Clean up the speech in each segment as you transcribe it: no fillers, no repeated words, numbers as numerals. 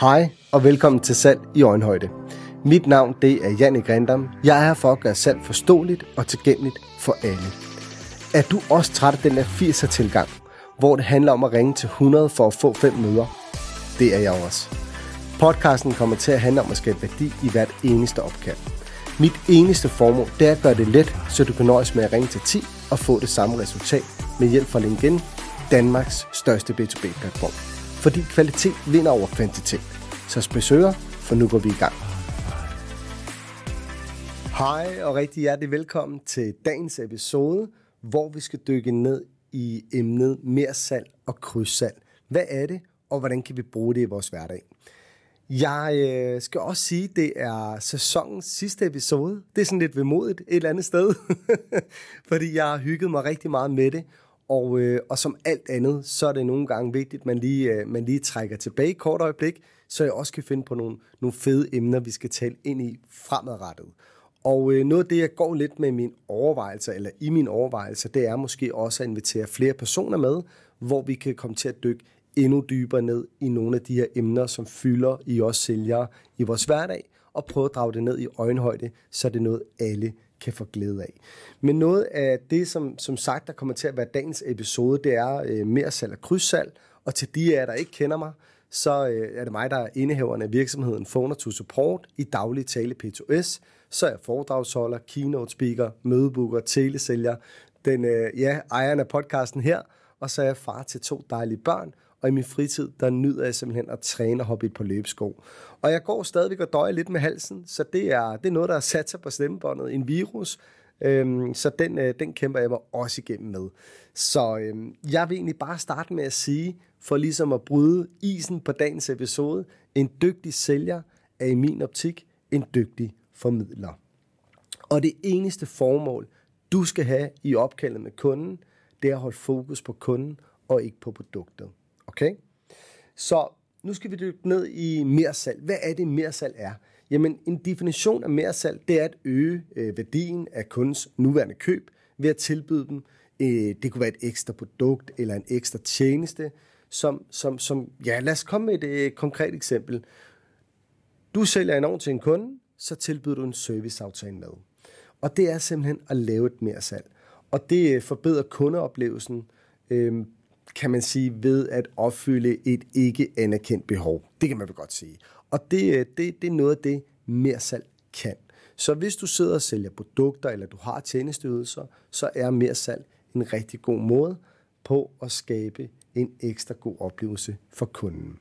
Hej og velkommen til Salg i Øjenhøjde. Mit navn det er Jannik Rindam. Jeg er her for at gøre salg forståeligt og tilgængeligt for alle. Er du også træt af den der 80'er tilgang, hvor det handler om at ringe til 100 for at få 5 møder? Det er jeg også. Podcasten kommer til at handle om at skabe værdi i hvert eneste opkald. Mit eneste formål det er at gøre det let, så du kan nøjes med at ringe til 10 og få det samme resultat med hjælp fra LinkedIn, Danmarks største B2B-platform. Fordi kvalitet vinder over kvantitet. Så spids ører, for nu går vi i gang. Hej og rigtig hjertelig velkommen til dagens episode, hvor vi skal dykke ned i emnet mersalg og krydssalg. Hvad er det, og hvordan kan vi bruge det i vores hverdag? Jeg skal også sige, at det er sæsonens sidste episode. Det er sådan lidt vemodigt et eller andet sted, fordi jeg har hygget mig rigtig meget med det. Og som alt andet, så er det nogle gange vigtigt, at man lige trækker tilbage i kort øjeblik, så jeg også kan finde på nogle fede emner, vi skal tale ind i fremadrettet. Og noget af det, jeg går lidt med i mine overvejelser, det er måske også at invitere flere personer med, hvor vi kan komme til at dykke endnu dybere ned i nogle af de her emner, som fylder i os sælgere i vores hverdag, og prøve at drage det ned i øjenhøjde, så det er noget, alle kan få glæde af. Men noget af det, som sagt, der kommer til at være dagens episode, det er mersalg og krydssalg, og til de af jer, der ikke kender mig, så er det mig, der er indehaveren af virksomheden Phoner to Support, i daglig tale P2S, så er jeg foredragsholder, keynote speaker, mødebooker, telesælger, ejeren af podcasten her, og så er jeg far til 2 dejlige børn, og i min fritid, der nyder jeg simpelthen at træne og hoppe i et par løbesko. Og jeg går stadigvæk og døjer lidt med halsen, så det er noget, der har sat sig på stemmebåndet, en virus, så den kæmper jeg mig også igennem med. Så jeg vil egentlig bare starte med at sige, for ligesom at bryde isen på dagens episode, en dygtig sælger er i min optik en dygtig formidler. Og det eneste formål, du skal have i opkaldet med kunden, det er at holde fokus på kunden og ikke på produktet. Okay? Så nu skal vi dykke ned i mersalg. Hvad er det, mersalg er? Jamen, en definition af mersalg, det er at øge værdien af kundens nuværende køb ved at tilbyde dem. Det kunne være et ekstra produkt eller en ekstra tjeneste. Lad os komme med et konkret eksempel. Du sælger en ovn til en kunde, så tilbyder du en serviceaftale med. Og det er simpelthen at lave et mersalg. Og det forbedrer kundeoplevelsen, kan man sige, ved at opfylde et ikke anerkendt behov. Det kan man vel godt sige. Og det er noget af det, mersalg kan. Så hvis du sidder og sælger produkter, eller du har tjenesteydelser, så er mersalg en rigtig god måde på at skabe en ekstra god oplevelse for kunden.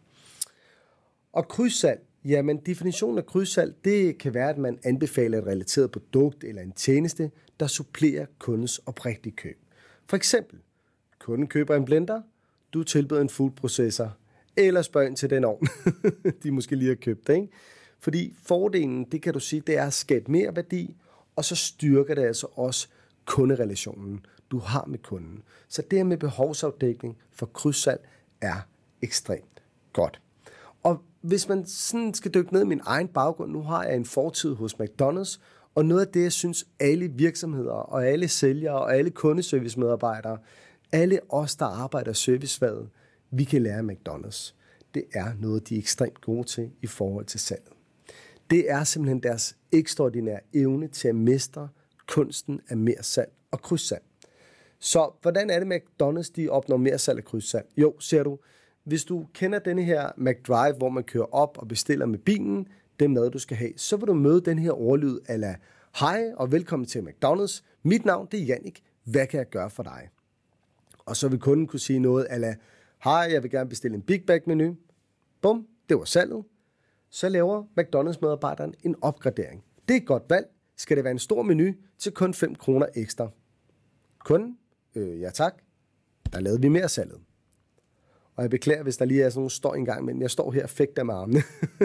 Og krydssalg, jamen definitionen af krydssalg, det kan være, at man anbefaler et relateret produkt eller en tjeneste, der supplerer kundens oprigtige køb. For eksempel, kunden køber en blender, du tilbyder en foodprocessor, eller spørger ind til den ovn, de måske lige har købt, ikke? Fordi fordelen, det kan du sige, det er at skabe mere værdi, og så styrker det altså også kunderelationen, du har med kunden. Så det her med behovsafdækning for krydssalg er ekstremt godt. Og hvis man sådan skal dykke ned i min egen baggrund, nu har jeg en fortid hos McDonald's, og noget af det, jeg synes, alle virksomheder og alle sælgere og alle kundeservicemedarbejdere, alle os, der arbejder i servicefaget, vi kan lære af McDonald's. Det er noget, de er ekstremt gode til i forhold til salget. Det er simpelthen deres ekstraordinære evne til at mestre kunsten af mersalg og krydssalg. Så hvordan er det, McDonald's de opnår mersalg og krydssalg? Jo, ser du, hvis du kender denne her McDrive, hvor man kører op og bestiller med bilen, det mad, du skal have, så vil du møde den her ordlyd a la: hej og velkommen til McDonald's. Mit navn det er Jannik. Hvad kan jeg gøre for dig? Og så vil kunden kunne sige noget a la: hej, jeg vil gerne bestille en Big Mac menu. Bum, det var salget. Så laver McDonald's-medarbejderen en opgradering. Det er et godt valg. Skal det være en stor menu til kun 5 kroner ekstra? Kunden? Ja tak. Der lavede vi mere salget. Og jeg beklager, hvis der lige er sådan nogle støj engang, men jeg står her og fægter med armene.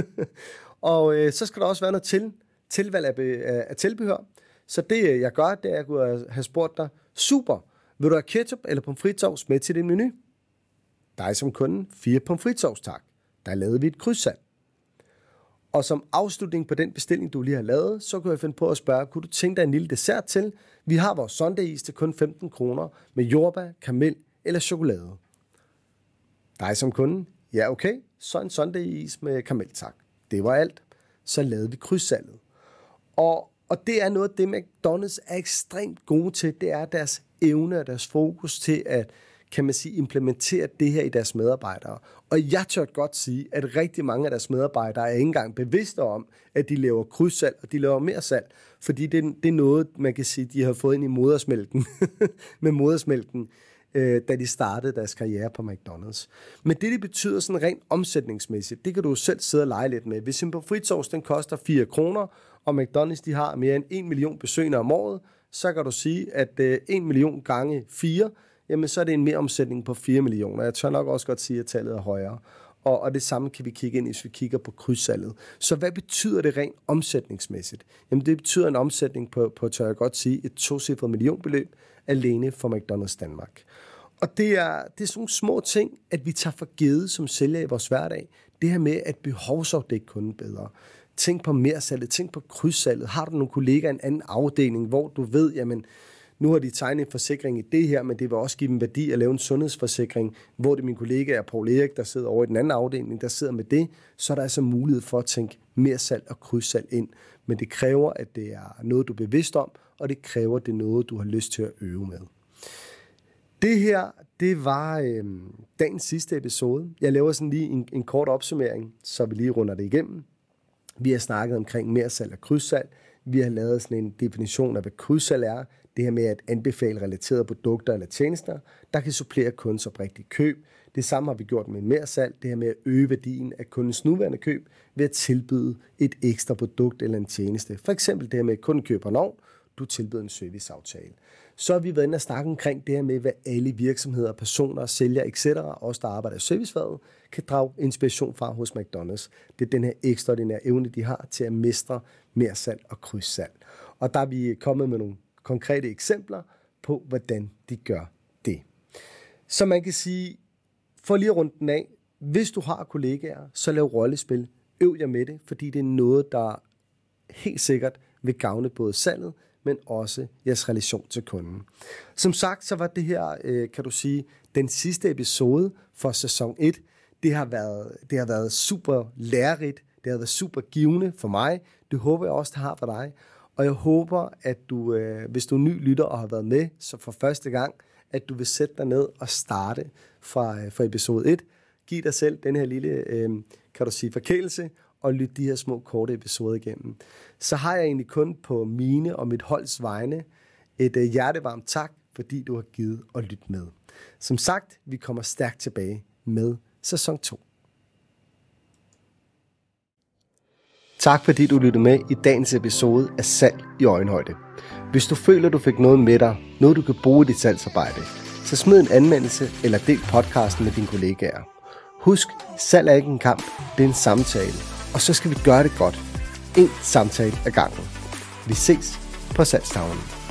Og så skal der også være noget tilvalg af tilbehør. Så det jeg gør, det er, at jeg kunne have spurgt dig: super, vil du have ketchup eller pomfritsovs med til din menu? Dig som kunde, 4 pomfritsovs tak. Der lavede vi et krydssalg. Og som afslutning på den bestilling, du lige har lavet, så kunne jeg finde på at spørge: kunne du tænke dig en lille dessert til? Vi har vores sundae-is til kun 15 kroner med jordbær, karamel eller chokolade. Dig som kunde, ja okay, så en sundae-is med kameltak. Det var alt. Så lavede vi krydssalget. Og det er noget af det, McDonald's er ekstremt gode til. Det er deres evne og deres fokus til at, kan man sige, implementere det her i deres medarbejdere. Og jeg tør godt sige, at rigtig mange af deres medarbejdere er ikke engang bevidste om, at de laver krydssalg, og de laver mere salg. Fordi det er noget, man kan sige, de har fået ind i modersmælken, med modersmælken, da de startede deres karriere på McDonald's. Men det betyder sådan rent omsætningsmæssigt, det kan du selv sidde og lege lidt med. Hvis en pomfritsauce, den koster 4 kroner, og McDonald's, de har mere end 1 million besøgende om året, så kan du sige, at 1 million gange 4, jamen så er det en mere omsætning på 4 millioner. Jeg tør nok også godt sige, at tallet er højere. Og det samme kan vi kigge ind, hvis vi kigger på krydssalget. Så hvad betyder det rent omsætningsmæssigt? Jamen det betyder en omsætning på tør jeg godt sige, et 2-cifret millionbeløb alene for McDonald's Danmark. Og det er sådan nogle små ting, at vi tager for givet som sælger i vores hverdag. Det her med at behovsafdække kunden bedre. Tænk på mersalget, tænk på krydssalget. Har du nogle kollegaer i en anden afdeling, hvor du ved, jamen nu har de tegnet en forsikring i det her, men det vil også give dem værdi at lave en sundhedsforsikring, hvor det min kollega er Poul Erik, der sidder over i den anden afdeling, der sidder med det, så er der altså mulighed for at tænke mersalg og krydssalg ind. Men det kræver, at det er noget, du er bevidst om, og det kræver, at det er noget, du har lyst til at øve med. Det her, det var dagens sidste episode. Jeg laver sådan lige en kort opsummering, så vi lige runder det igennem. Vi har snakket omkring mersalg og krydssalg. Vi har lavet sådan en definition af, hvad krydssalg er. Det her med at anbefale relaterede produkter eller tjenester, der kan supplere kundens oprigtige køb. Det samme har vi gjort med mersalg. Det her med at øge værdien af kundens nuværende køb ved at tilbyde et ekstra produkt eller en tjeneste. For eksempel det her med, at kunden køber en ovn, du tilbyder en serviceaftale. Så har vi været inde og snakke omkring det her med, hvad alle virksomheder, personer, sælgere, etc., også der arbejder i servicefaget, kan drage inspiration fra hos McDonald's. Det er den her ekstraordinære evne, de har til at mestre mersalg og krydssalg. Og der er vi kommet med nogle konkrete eksempler på, hvordan de gør det. Så man kan sige, for lige at runde den af, hvis du har kollegaer, så lav rollespil. Øv jer med det, fordi det er noget, der helt sikkert vil gavne både salget, men også jeres relation til kunden. Som sagt, så var det her, kan du sige, den sidste episode for sæson 1. Det har været super lærerigt, det har været super givende for mig. Det håber jeg også, det har for dig. Og jeg håber, at du, hvis du er ny lytter og har været med, så for første gang, at du vil sætte dig ned og starte fra episode 1. Giv dig selv den her lille, kan du sige, forkælelse, og lytte de her små korte episoder igennem. Så har jeg egentlig kun på mine og mit holds vegne et hjertevarmt tak, fordi du har givet at lytte med. Som sagt, vi kommer stærkt tilbage med sæson 2. Tak fordi du lyttede med i dagens episode af Salg i Øjenhøjde. Hvis du føler, du fik noget med dig, noget du kan bruge i dit salgsarbejde, så smid en anmeldelse eller del podcasten med dine kollegaer. Husk, salg er ikke en kamp, det er en samtale. Og så skal vi gøre det godt. En samtale ad gangen. Vi ses på salgstavlen.